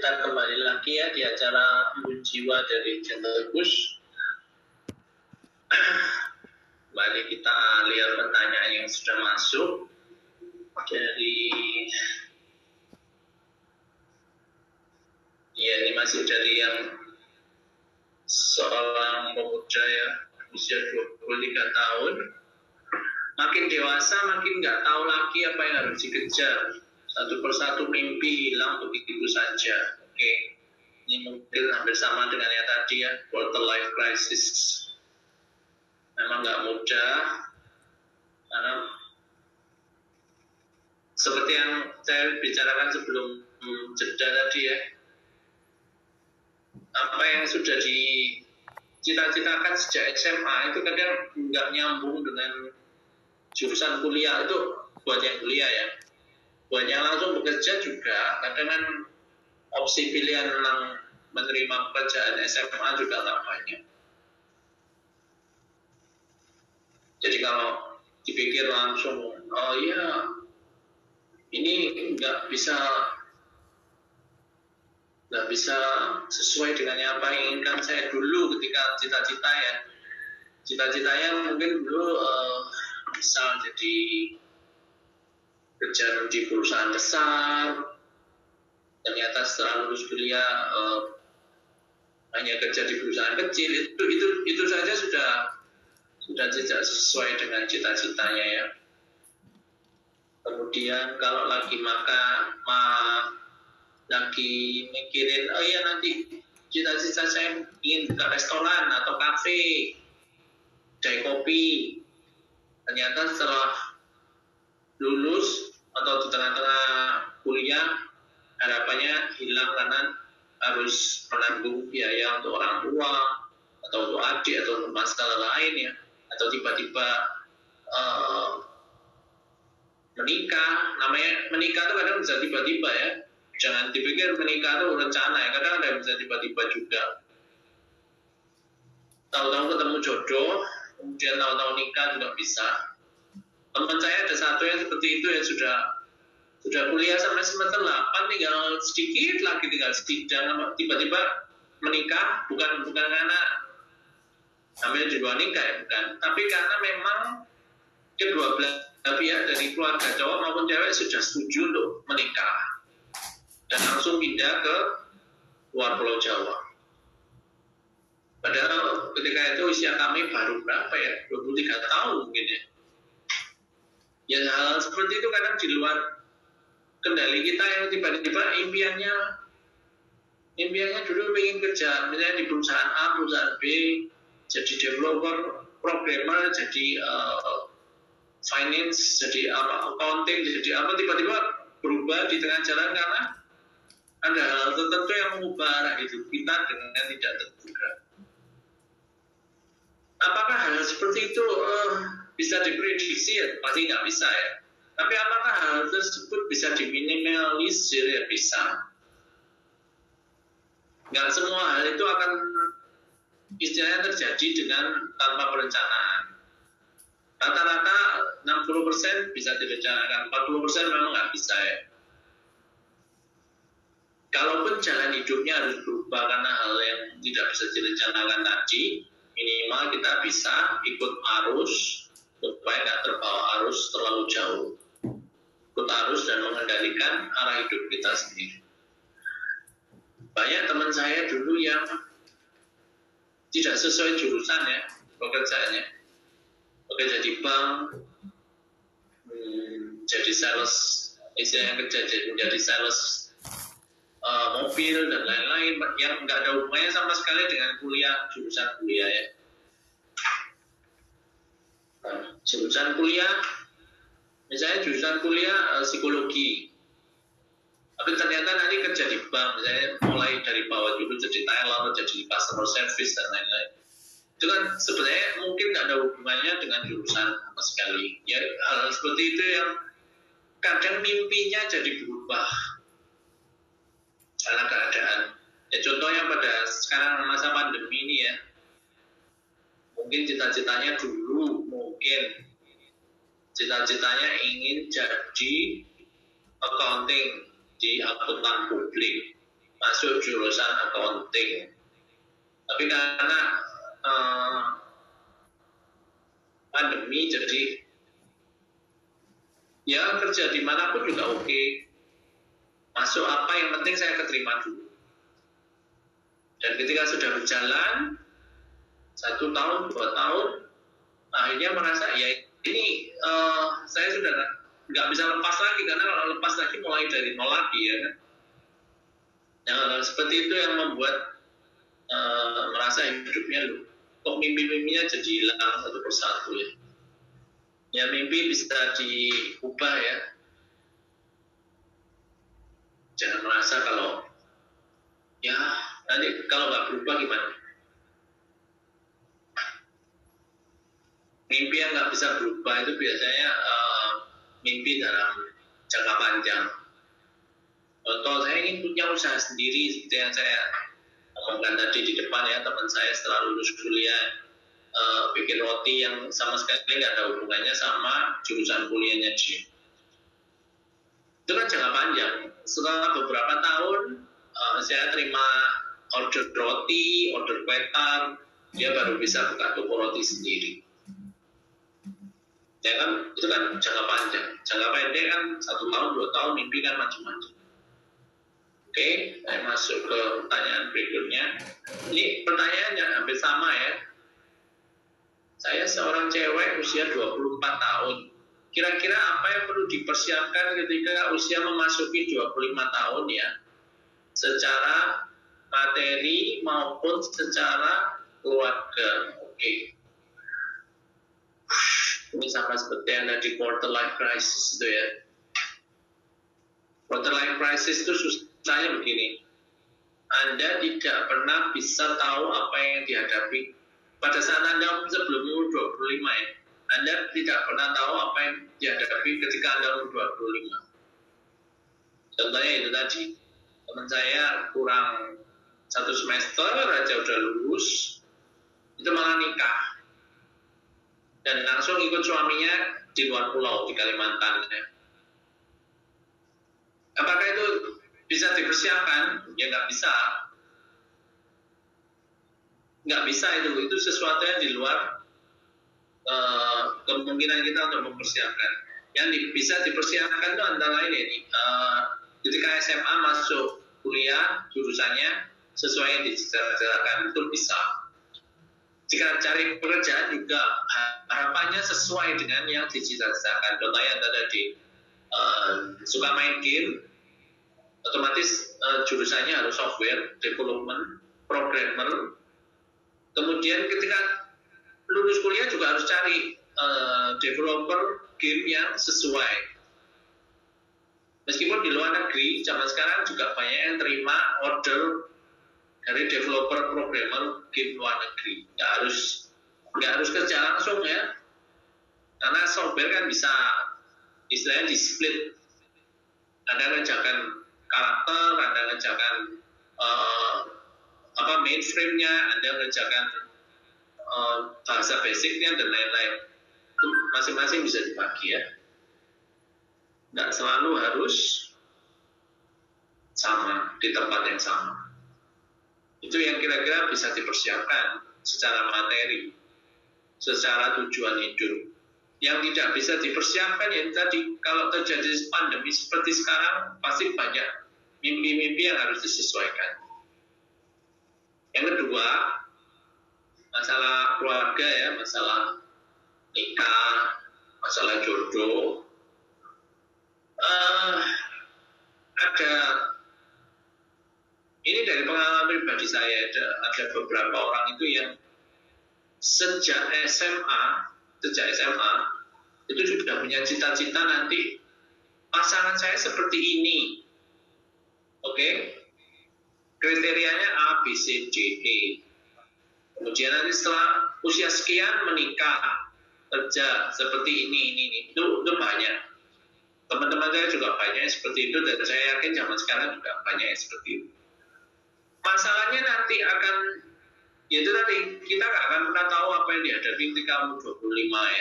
Kita kembali lagi ya di acara Embun Jiwa dari Gentle Push. Kembali kita lihat pertanyaan yang sudah masuk dari ini masih dari yang seorang pemuda ya, usia 23 tahun. Makin dewasa makin nggak tahu lagi apa yang harus dikejar. Satu persatu mimpi hilang begitu saja. Oke, ini mungkin hampir sama dengan yang tadi ya, quarter life crisis. Memang nggak mudah, karena seperti yang saya bicarakan sebelum jeda tadi ya, apa yang sudah dicita-citakan sejak SMA itu kadang nggak nyambung dengan jurusan kuliah. Itu buat yang kuliah ya. Buat yang langsung bekerja juga, kadang kan opsi pilihan yang menerima pekerjaan SMA juga nggak banyak. Jadi kalau dipikir langsung, oh iya, ini nggak bisa sesuai dengan apa yang inginkan saya dulu ketika cita-cita ya. Cita-citanya mungkin dulu misal jadi kerja di perusahaan besar, ternyata setelah lulus kuliah hanya kerja di perusahaan kecil, itu saja sudah tidak sesuai dengan cita-citanya ya. Kemudian kalau lagi lagi mikirin, oh iya nanti cita-cita saya ingin buka restoran atau kafe, kedai kopi, ternyata setelah lulus atau di tengah-tengah kuliah harapannya hilang karena harus menanggung biaya untuk orang tua atau untuk adik atau untuk masalah lain ya, atau tiba-tiba menikah. Namanya menikah itu kadang bisa tiba-tiba ya, jangan dipikir menikah itu rencana ya, kadang ada yang bisa tiba-tiba juga. Tahu-tahu ketemu jodoh, kemudian tahu-tahu nikah juga bisa. Teman saya ada satu yang seperti itu ya, sudah kuliah sampai semester 8, tinggal sedikit lagi, tinggal sidang, tiba-tiba menikah, bukan karena hamil di luar nikah ya, bukan, tapi karena memang kedua belah pihak dari keluarga cowok maupun cewek sudah setuju untuk menikah dan langsung pindah ke luar Pulau Jawa. Padahal ketika itu usia kami baru berapa ya, 23 tahun mungkin ya. Ya hal seperti itu kadang di luar kendali kita, yang tiba-tiba impiannya dulu pengen kerja misalnya di perusahaan A, perusahaan B, jadi developer, programmer, jadi finance, jadi accounting, jadi apa, tiba-tiba berubah di tengah jalan karena ada hal tertentu yang mengubah arah hidup kita dengan tidak terduga. Apakah hal seperti itu bisa diprediksi ya? Pasti nggak bisa ya. Tapi apakah hal tersebut bisa diminimalisir ya? Bisa. Nggak semua hal itu akan istilahnya terjadi dengan tanpa perencanaan. Rata-rata 60% bisa direncanakan, 40% memang nggak bisa ya. Kalaupun jalan hidupnya harus berubah karena hal yang tidak bisa direncanakan tadi, minimal kita bisa ikut arus supaya nggak terbawa arus terlalu jauh. Ikut arus dan mengendalikan arah hidup kita sendiri. Banyak teman saya dulu yang tidak sesuai jurusan ya pekerjaannya. Bekerja di bank, jadi sales, istilahnya kerja menjadi sales mobil dan lain-lain yang nggak ada hubungannya sama sekali dengan jurusan kuliah ya. Jurusan kuliah, misalnya jurusan kuliah psikologi, tapi ternyata nanti kerja di bank, misalnya mulai dari bawah dulu jadi teller, jadi customer service dan lain-lain. Itu kan sebenarnya mungkin nggak ada hubungannya dengan jurusan sama sekali. Ya hal seperti itu yang kadang mimpinya jadi berubah karena keadaan. Ya contohnya pada sekarang masa pandemi ini ya, mungkin cita-citanya dulu ingin jadi accounting di akuntan publik. masuk jurusan accounting. Tapi karena pandemi, jadi ya kerja dimanapun juga oke. Masuk apa, yang penting saya keterima dulu. Dan ketika sudah berjalan 1 tahun, 2 tahun, akhirnya merasa ya ini saya sudah nggak bisa lepas lagi, karena kalau lepas lagi mulai dari nol lagi ya kan. Nah, seperti itu yang membuat merasa hidupnya loh, kok mimpi-mimpinya jadi hilang satu persatu ya. Ya mimpi bisa diubah ya. Jangan merasa kalau ya nanti kalau nggak berubah gimana. Mimpi yang nggak bisa berubah itu biasanya mimpi dalam jangka panjang. Contoh, saya ingin punya usaha sendiri seperti yang saya omongkan tadi di depan ya, teman saya setelah lulus kuliah bikin roti yang sama sekali nggak ada hubungannya sama jurusan kuliahnya dia. Itu kan jangka panjang. Setelah beberapa tahun saya terima order roti, order kue tart, dia baru bisa buka toko roti sendiri. Ya kan, itu kan jangka panjang. Jangka pendek kan 1 tahun, 2 tahun, mimpi kan macam-macam. Oke, saya masuk ke pertanyaan berikutnya. Ini pertanyaannya hampir sama ya. Saya seorang cewek usia 24 tahun. Kira-kira apa yang perlu dipersiapkan ketika usia memasuki 25 tahun ya? Secara materi maupun secara keluarga. Oke. Ini sama seperti yang ada di quarter life crisis itu ya. Quarter life crisis itu susahnya begini. Anda tidak pernah bisa tahu apa yang dihadapi pada saat Anda sebelum umur 25 ya. Anda tidak pernah tahu apa yang dihadapi ketika Anda umur 25. Contohnya itu tadi, teman saya kurang 1 semester aja udah lulus, itu malah nikah. Dan langsung ikut suaminya di luar pulau, di Kalimantan ya. Apakah itu bisa dipersiapkan? Ya nggak bisa. Nggak bisa itu sesuatu yang di luar kemungkinan kita untuk mempersiapkan. Yang bisa dipersiapkan itu antara lain ini, ketika SMA masuk kuliah jurusannya sesuai yang dicita-citakan itu bisa. Jika cari pekerjaan juga harapannya sesuai dengan yang dicita-citakan. Contohnya tadi suka main game, otomatis jurusannya harus software development, programmer. Kemudian ketika lulus kuliah juga harus cari developer game yang sesuai. Meskipun di luar negeri zaman sekarang juga banyak yang terima order dari developer programmer game luar negeri. Nggak harus kerja langsung ya, karena software kan bisa istilahnya di split. Ada ngerjakan karakter, ada ngerjakan mainframe-nya, ada ngerjakan bahasa basicnya dan lain-lain. Itu masing-masing bisa dibagi ya. Nggak selalu harus sama di tempat yang sama. Itu yang kira-kira bisa dipersiapkan secara materi, secara tujuan hidup. Yang tidak bisa dipersiapkan yang tadi, kalau terjadi pandemi seperti sekarang, pasti banyak mimpi-mimpi yang harus disesuaikan. Yang kedua, masalah keluarga ya, masalah nikah, masalah jodoh. Ada, ini dari pengalaman pribadi saya, ada beberapa orang itu yang sejak SMA itu sudah punya cita-cita nanti pasangan saya seperti ini. Oke? Kriterianya A, B, C, D, E. Kemudian nanti setelah usia sekian menikah, kerja seperti ini. Itu banyak. Teman-teman saya juga banyak yang seperti itu, dan saya yakin zaman sekarang juga banyak yang seperti itu. Masalahnya nanti akan, yaitu tadi, kita nggak akan pernah tahu apa yang dihadapi ketika umur 25 ya.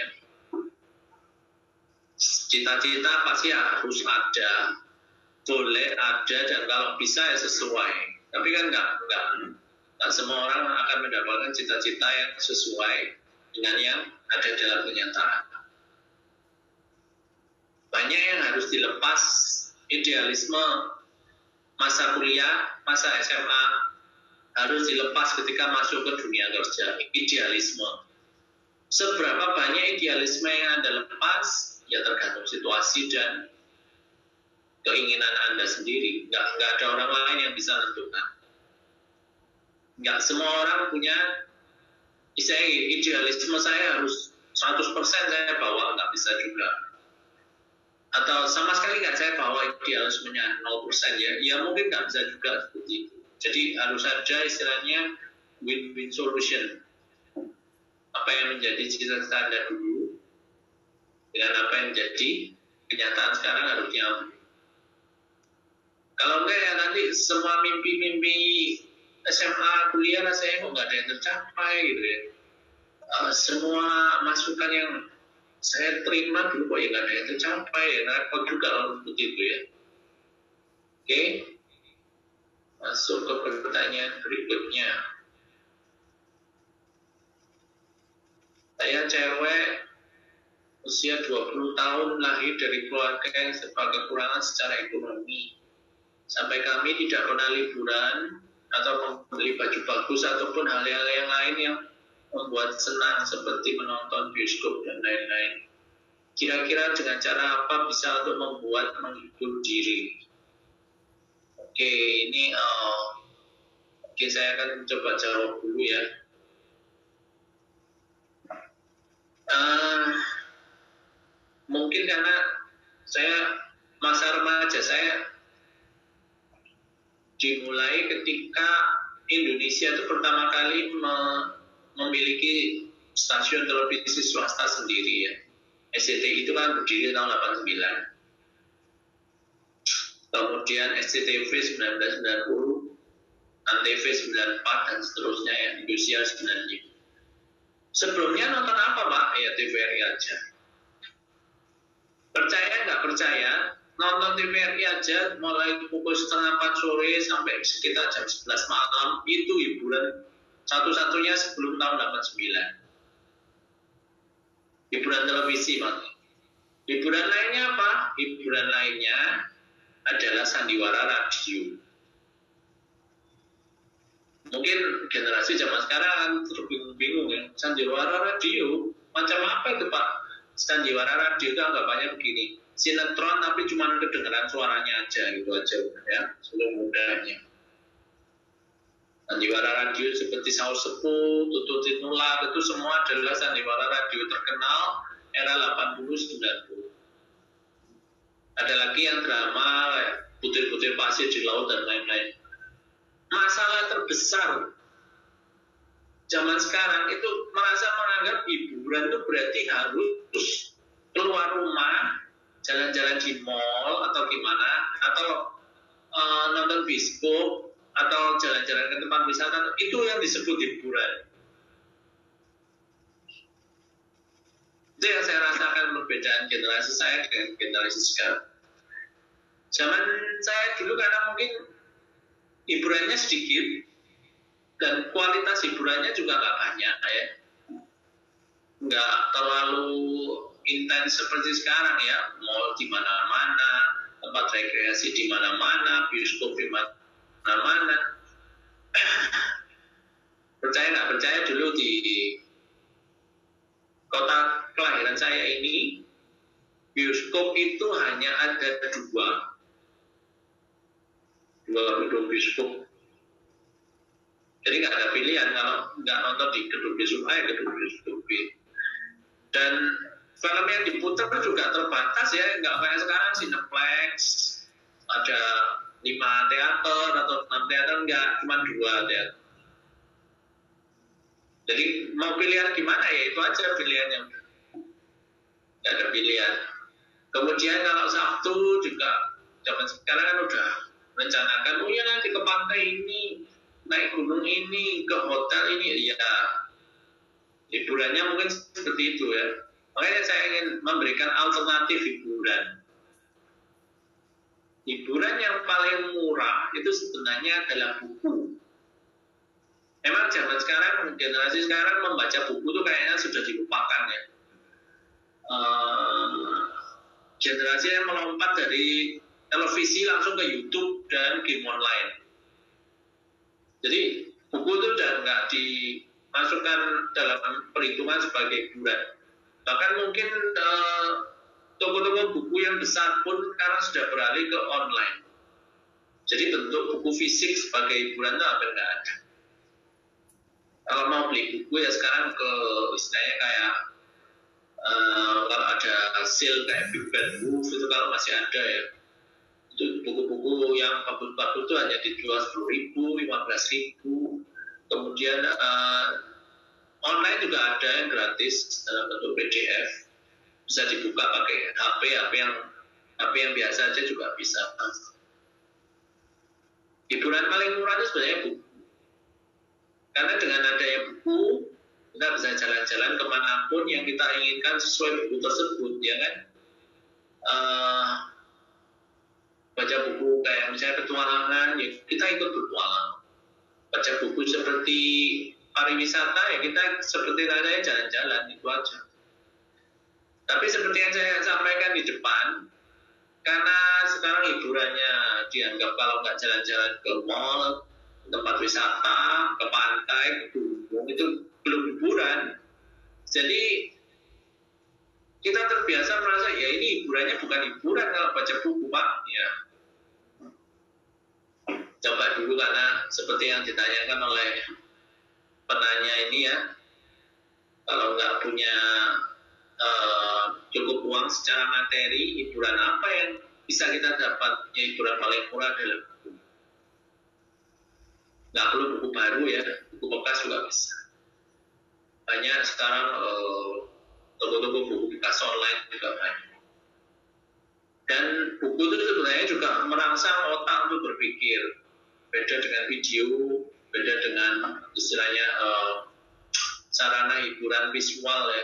Cita-cita pasti harus ada, boleh ada, dan kalau bisa ya sesuai. Tapi kan nggak semua orang akan mendapatkan cita-cita yang sesuai dengan yang ada dalam kenyataan. Banyak yang harus dilepas, idealisme masa kuliah, masa SMA harus dilepas ketika masuk ke dunia kerja, idealisme. Seberapa banyak idealisme yang Anda lepas, ya tergantung situasi dan keinginan Anda sendiri. Nggak ada orang lain yang bisa menentukan. Nggak semua orang punya, idealisme saya harus 100% saya bawa, nggak bisa juga. Atau sama sekali nggak saya bawa idealismenya 0% ya mungkin nggak bisa juga seperti itu. Jadi harus ada istilahnya win-win solution. Apa yang menjadi cita-cita Anda dulu dengan apa yang menjadi kenyataan sekarang harus diambil. Kalau enggak ya nanti semua mimpi-mimpi SMA, kuliah rasanya kok nggak ada yang tercapai gitu ya. Semua masukan yang saya terima dulu kok ya nggak ada yang tercapai ya, repot juga kalau seperti itu ya. Oke, masuk ke pertanyaan berikutnya. Saya cewek usia 20 tahun lahir dari keluarga yang serba kekurangan secara ekonomi. Sampai kami tidak pernah liburan atau membeli baju bagus ataupun hal-hal yang lain yang membuat senang seperti menonton bioskop dan lain-lain. Kira-kira dengan cara apa bisa untuk membuat menghibur diri? Oke, ini saya akan coba jawab dulu ya. Mungkin karena saya masa remaja saya dimulai ketika Indonesia itu pertama kali memiliki stasiun televisi swasta sendiri ya. SCTI itu kan berdiri tahun 89. Kemudian SCTV 1990, Antv 94 dan seterusnya ya, Indosiar 95. Sebelumnya nonton apa Pak? Ya TVRI aja. Percaya nggak percaya, nonton TVRI aja mulai pukul 3:30 sore sampai sekitar jam 11 malam itu hiburan satu-satunya sebelum tahun 89. Hiburan televisi Pak. Hiburan lainnya apa? Hiburan lainnya adalah sandiwara radio. Mungkin generasi zaman sekarang terbingung-bingung ya, sandiwara radio macam apa itu Pak? Sandiwara radio itu anggapannya begini, sinetron tapi cuma kedengaran suaranya aja gitu aja ya, sebelum mudahnya. Sandiwara radio seperti Saur Sepuh, Tutut Tinulak itu semua adalah sandiwara radio terkenal era 80-90. Ada lagi yang drama, butir-butir pasir di laut dan lain-lain. Masalah terbesar zaman sekarang itu menganggap hiburan itu berarti harus keluar rumah, jalan-jalan di mall atau gimana, atau nonton bioskop atau jalan-jalan ke tempat wisata, itu yang disebut hiburan. Itu yang saya rasakan perbedaan generasi saya dengan generasi sekarang. Zaman saya dulu karena mungkin hiburannya sedikit dan kualitas hiburannya juga nggak banyak ya, nggak terlalu intens seperti sekarang ya, mall di mana-mana, tempat rekreasi di mana-mana, bioskop di mana-mana. Percaya nggak percaya, dulu di kota kelahiran saya ini bioskop itu hanya ada dua gedung bioskop. Jadi nggak ada pilihan kalau nggak nonton di gedung bioskop A ya gedung bioskop B. Dan film yang diputar juga terbatas ya, nggak kayak sekarang Cineplex ada 5 teater atau 6 teater, nggak, cuma 2 teater. Jadi mau pilihan gimana ya itu aja pilihannya, nggak ada pilihan. Kemudian kalau Sabtu juga zaman sekarang kan udah rencanakan, oh ya nanti ke pantai ini, naik gunung ini, ke hotel ini, ya hiburannya mungkin seperti itu ya. Makanya saya ingin memberikan alternatif hiburan. hiburan yang paling murah itu sebenarnya adalah buku. Memang zaman sekarang, generasi sekarang membaca buku itu kayaknya sudah dilupakan ya. Generasi yang melompat dari televisi langsung ke YouTube dan game online. Jadi buku itu udah nggak dimasukkan dalam perhitungan sebagai hiburan. Bahkan mungkin toko-toko buku yang besar pun sekarang sudah beralih ke online. Jadi bentuk buku fisik sebagai hiburan itu hampir nggak ada. Kalau mau beli buku ya sekarang ke istilahnya kayak kalau ada sale kayak Big Bad Wolf itu kalau masih ada ya. Itu buku-buku yang bagus-bagus itu hanya dijual 10.000, 15.000. Kemudian online juga ada yang gratis dalam bentuk PDF. Bisa dibuka pakai HP yang biasa aja juga bisa. Hiburan paling murah itu sebenarnya buku. Karena dengan adanya buku, kita bisa jalan-jalan kemanapun yang kita inginkan sesuai buku tersebut, ya kan? Baca buku kayak misalnya petualangan, ya kita ikut bertualang. Baca buku seperti pariwisata, ya kita seperti tadi jalan-jalan, itu aja. Tapi seperti yang saya sampaikan di depan, karena sekarang hiburannya dianggap kalau nggak jalan-jalan ke mall, tempat wisata, ke pantai, ke gunung, itu belum hiburan. Jadi kita terbiasa merasa ya ini hiburannya bukan hiburan kalau baca buku, Pak. Ya. Coba dulu karena seperti yang ditanyakan oleh penanya ini ya, kalau nggak punya cukup uang secara materi, hiburan apa yang bisa kita dapat? Ya, hiburan paling murah adalah buku. Nggak perlu buku baru ya, buku bekas juga bisa. Banyak sekarang toko-toko buku bekas online juga banyak. Dan buku itu sebenarnya juga merangsang otak untuk berpikir. Beda dengan video, beda dengan istilahnya sarana hiburan visual ya.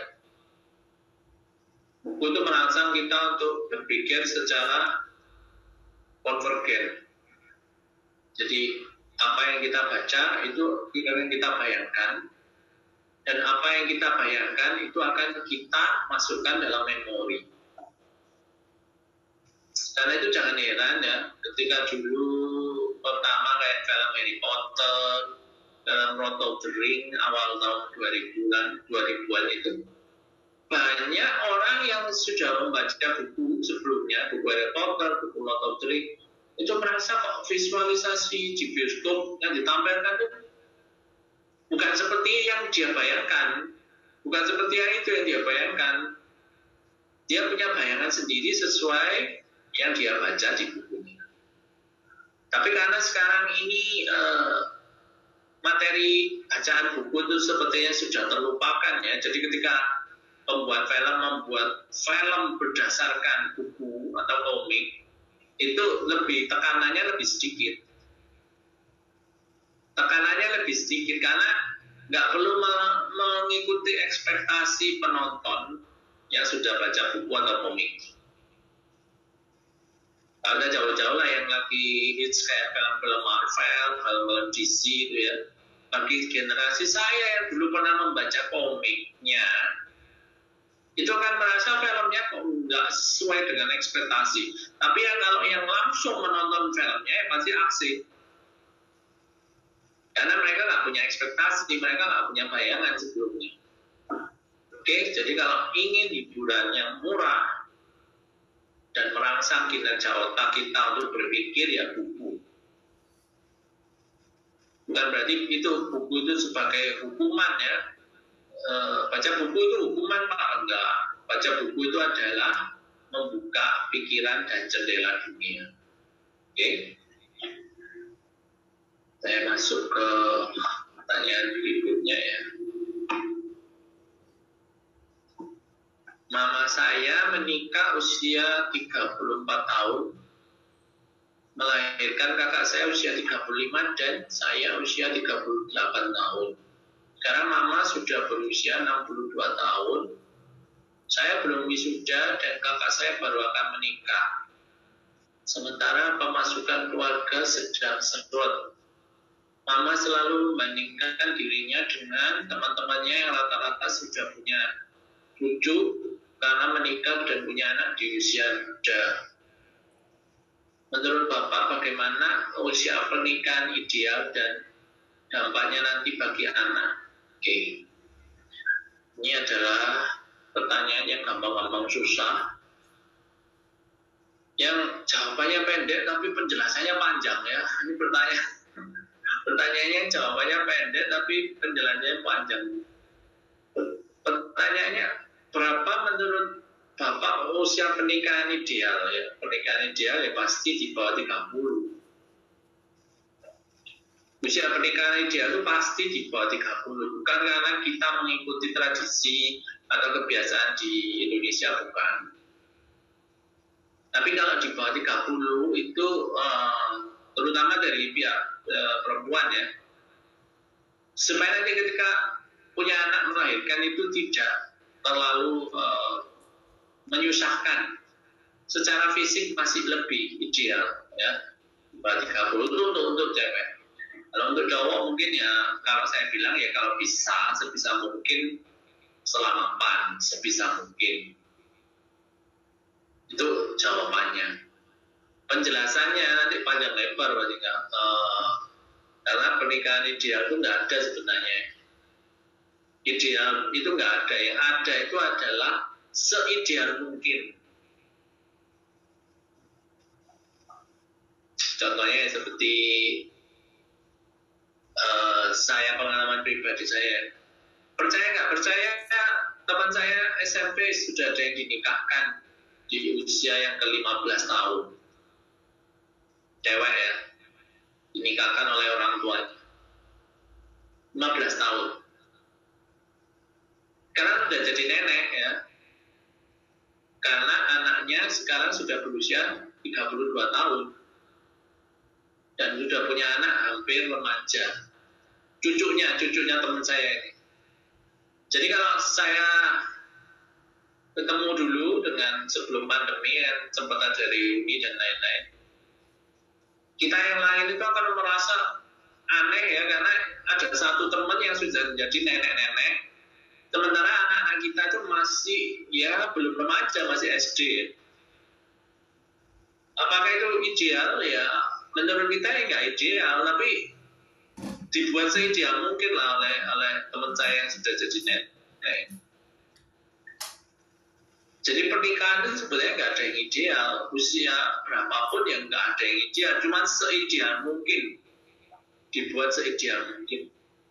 Buku itu merangsang kita untuk berpikir secara konvergen. Jadi apa yang kita baca itu yang kita bayangkan, dan apa yang kita bayangkan itu akan kita masukkan dalam memori. Karena itu jangan heran ya, ketika dulu pertama kayak film Harry Potter, film Lord of the Ring awal tahun 2000-an itu, banyak orang yang sudah membaca buku sebelumnya, buku Harry Potter, buku Lord of the Ring, itu merasa kok visualisasi di bioskop yang ditampilkan itu bukan seperti yang dia bayangkan, bukan seperti yang itu yang dia bayangkan. Dia punya bayangan sendiri sesuai yang dia baca di bukunya. Tapi karena sekarang ini materi bacaan buku itu sepertinya sudah terlupakan ya. Jadi ketika membuat film berdasarkan buku atau komik, itu tekanannya lebih sedikit. Tekanannya lebih sedikit karena nggak perlu mengikuti ekspektasi penonton yang sudah baca buku atau komik. Ada jauh-jauh lah yang lagi hits kayak film-film Marvel, film-film DC itu ya. Bagi generasi saya yang dulu pernah membaca komiknya, itu akan merasa filmnya kok nggak sesuai dengan ekspektasi. Tapi ya kalau yang langsung menonton filmnya ya pasti asik. Karena mereka nggak punya ekspektasi, mereka nggak punya bayangan sebelumnya. Oke, jadi kalau ingin hiburan yang murah dan merangsang kinerja otak kita untuk berpikir ya buku. Bukan berarti itu buku itu sebagai hukuman ya. Baca buku itu hukuman Pak, enggak. Baca buku itu adalah membuka pikiran dan jendela dunia. Oke. Saya masuk ke pertanyaan berikutnya ya. Mama saya menikah usia 34 tahun, melahirkan kakak saya usia 35 dan saya usia 38 tahun. Sekarang mama sudah berusia 62 tahun, saya belum wisuda dan kakak saya baru akan menikah. Sementara pemasukan keluarga sedang sedot. Mama selalu membandingkan dirinya dengan teman-temannya yang rata-rata sudah punya cucu karena menikah dan punya anak di usia muda. Menurut Bapak, bagaimana usia pernikahan ideal dan dampaknya nanti bagi anak? Oke. Ini adalah pertanyaan yang gampang-gampang susah. Yang jawabannya pendek tapi penjelasannya panjang ya. Ini pertanyaannya jawabannya pendek tapi penjelasannya panjang. Pertanyaannya, berapa menurut Bapak usia pernikahan ideal ya? Pernikahan ideal ya pasti di bawah 30. Usia pernikahan ideal itu pasti di bawah 30. Bukan karena kita mengikuti tradisi atau kebiasaan di Indonesia, bukan. Tapi kalau di bawah 30 itu terutama dari pihak perempuan ya, supaya nanti ketika punya anak melahirkan itu tidak terlalu menyusahkan. Secara fisik masih lebih ideal ya. Di bawah 30 itu untuk cewek. Kalau untuk cowok mungkin ya, kalau saya bilang ya kalau bisa sebisa mungkin setelah mapan, sebisa mungkin. Itu jawabannya. Penjelasannya nanti panjang lebar berarti karena pernikahan ideal itu nggak ada sebenarnya. Ideal itu nggak ada, yang ada itu adalah seideal mungkin. Contohnya seperti saya, pengalaman pribadi saya, percaya nggak percaya, teman saya SMP sudah ada yang dinikahkan di usia yang ke-15 tahun, cewek ya, dinikahkan oleh orang tuanya 15 tahun karena sudah jadi nenek ya, karena anaknya sekarang sudah berusia 32 tahun dan sudah punya anak hampir remaja, cucunya teman saya ini. Jadi kalau saya ketemu dulu dengan sebelum pandemi yang sempat ada reuni dan lain-lain, kita yang lain itu akan merasa aneh ya, karena ada satu teman yang sudah menjadi nenek-nenek, sementara anak-anak kita itu masih ya belum remaja, masih SD. Apakah itu ideal? Ya menurut kita ya nggak ideal, tapi dibuat seideal mungkin lah oleh teman saya yang sudah jadi nenek. Jadi pernikahan itu sebenarnya nggak ada yang ideal, usia berapapun yang nggak ada yang ideal, cuma seideal mungkin, dibuat seideal mungkin.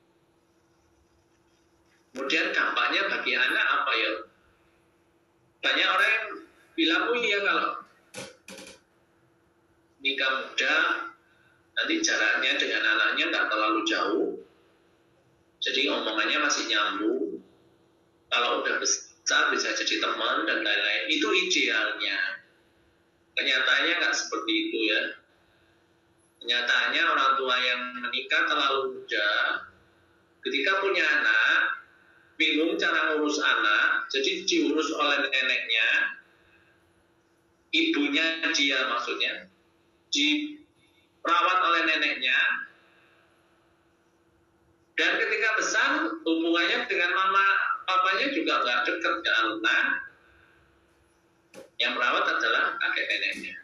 Kemudian dampaknya bagi anak apa ya? Banyak orang yang bilang, oh iya kalau nikah muda, nanti jaraknya dengan anaknya nggak terlalu jauh, jadi omongannya masih nyambung. Kalau udah besar bisa jadi teman dan lain-lain. Itu idealnya. Kenyataannya nggak seperti itu ya. Kenyataannya orang tua yang menikah terlalu muda, ketika punya anak, bingung cara ngurus anak, jadi diurus oleh neneknya, ibunya dia maksudnya, dirawat oleh neneknya, dan ketika besar hubungannya dengan mama papanya juga nggak dekat karena yang merawat adalah kakek neneknya.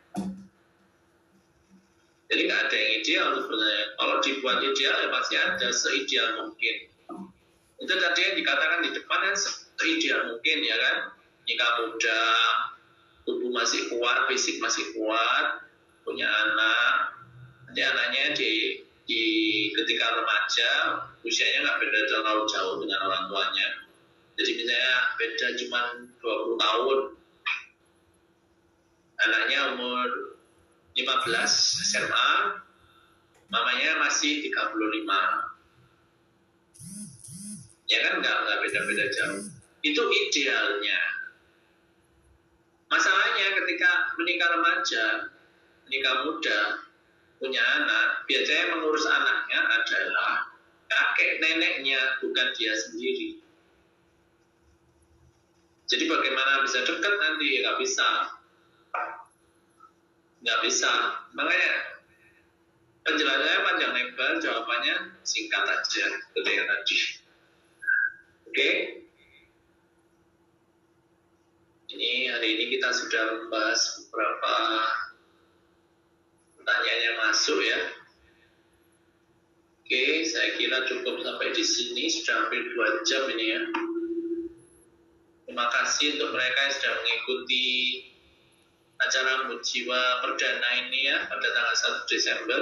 Jadi nggak ada yang ideal sebenarnya. Kalau dibuat ideal ya pasti ada seideal mungkin. Itu tadi yang dikatakan di depan kan seideal mungkin ya kan. Nikah muda, tubuh masih kuat, fisik masih kuat, punya anak, nanti anaknya di ketika remaja usianya nggak beda terlalu jauh dengan orang tuanya. Jadi misalnya beda cuma 20 tahun, anaknya umur 15 SMA, mamanya masih 35. Ya kan nggak beda-beda jauh. Itu idealnya. Masalahnya ketika menikah remaja, menikah muda, punya anak, biasanya mengurus anaknya adalah kakek neneknya, bukan dia sendiri. Jadi bagaimana bisa dekat nanti? Ya nggak bisa. nggak bisa. Makanya penjelasannya panjang lebar, jawabannya singkat aja, seperti yang tadi. Oke? Ini hari ini kita sudah membahas beberapa pertanyaan yang masuk ya. Oke, saya kira cukup sampai di sini, sudah hampir 2 jam ini ya. Terima kasih untuk mereka yang sudah mengikuti acara Mujiwa Perdana ini ya, pada tanggal 1 Desember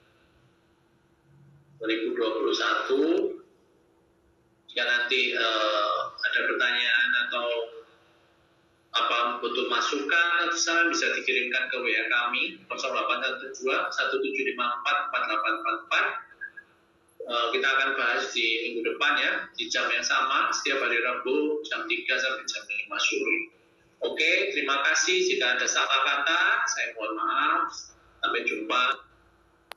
2021. Jika nanti ada pertanyaan atau apa butuh masukan atau saran, bisa dikirimkan ke WA kami 0812 1754 4844. Kita akan bahas di minggu depan ya, di jam yang sama, setiap hari Rabu jam 3 sampai jam 5 sore. Oke, terima kasih. Jika ada salah kata, saya mohon maaf. Sampai jumpa.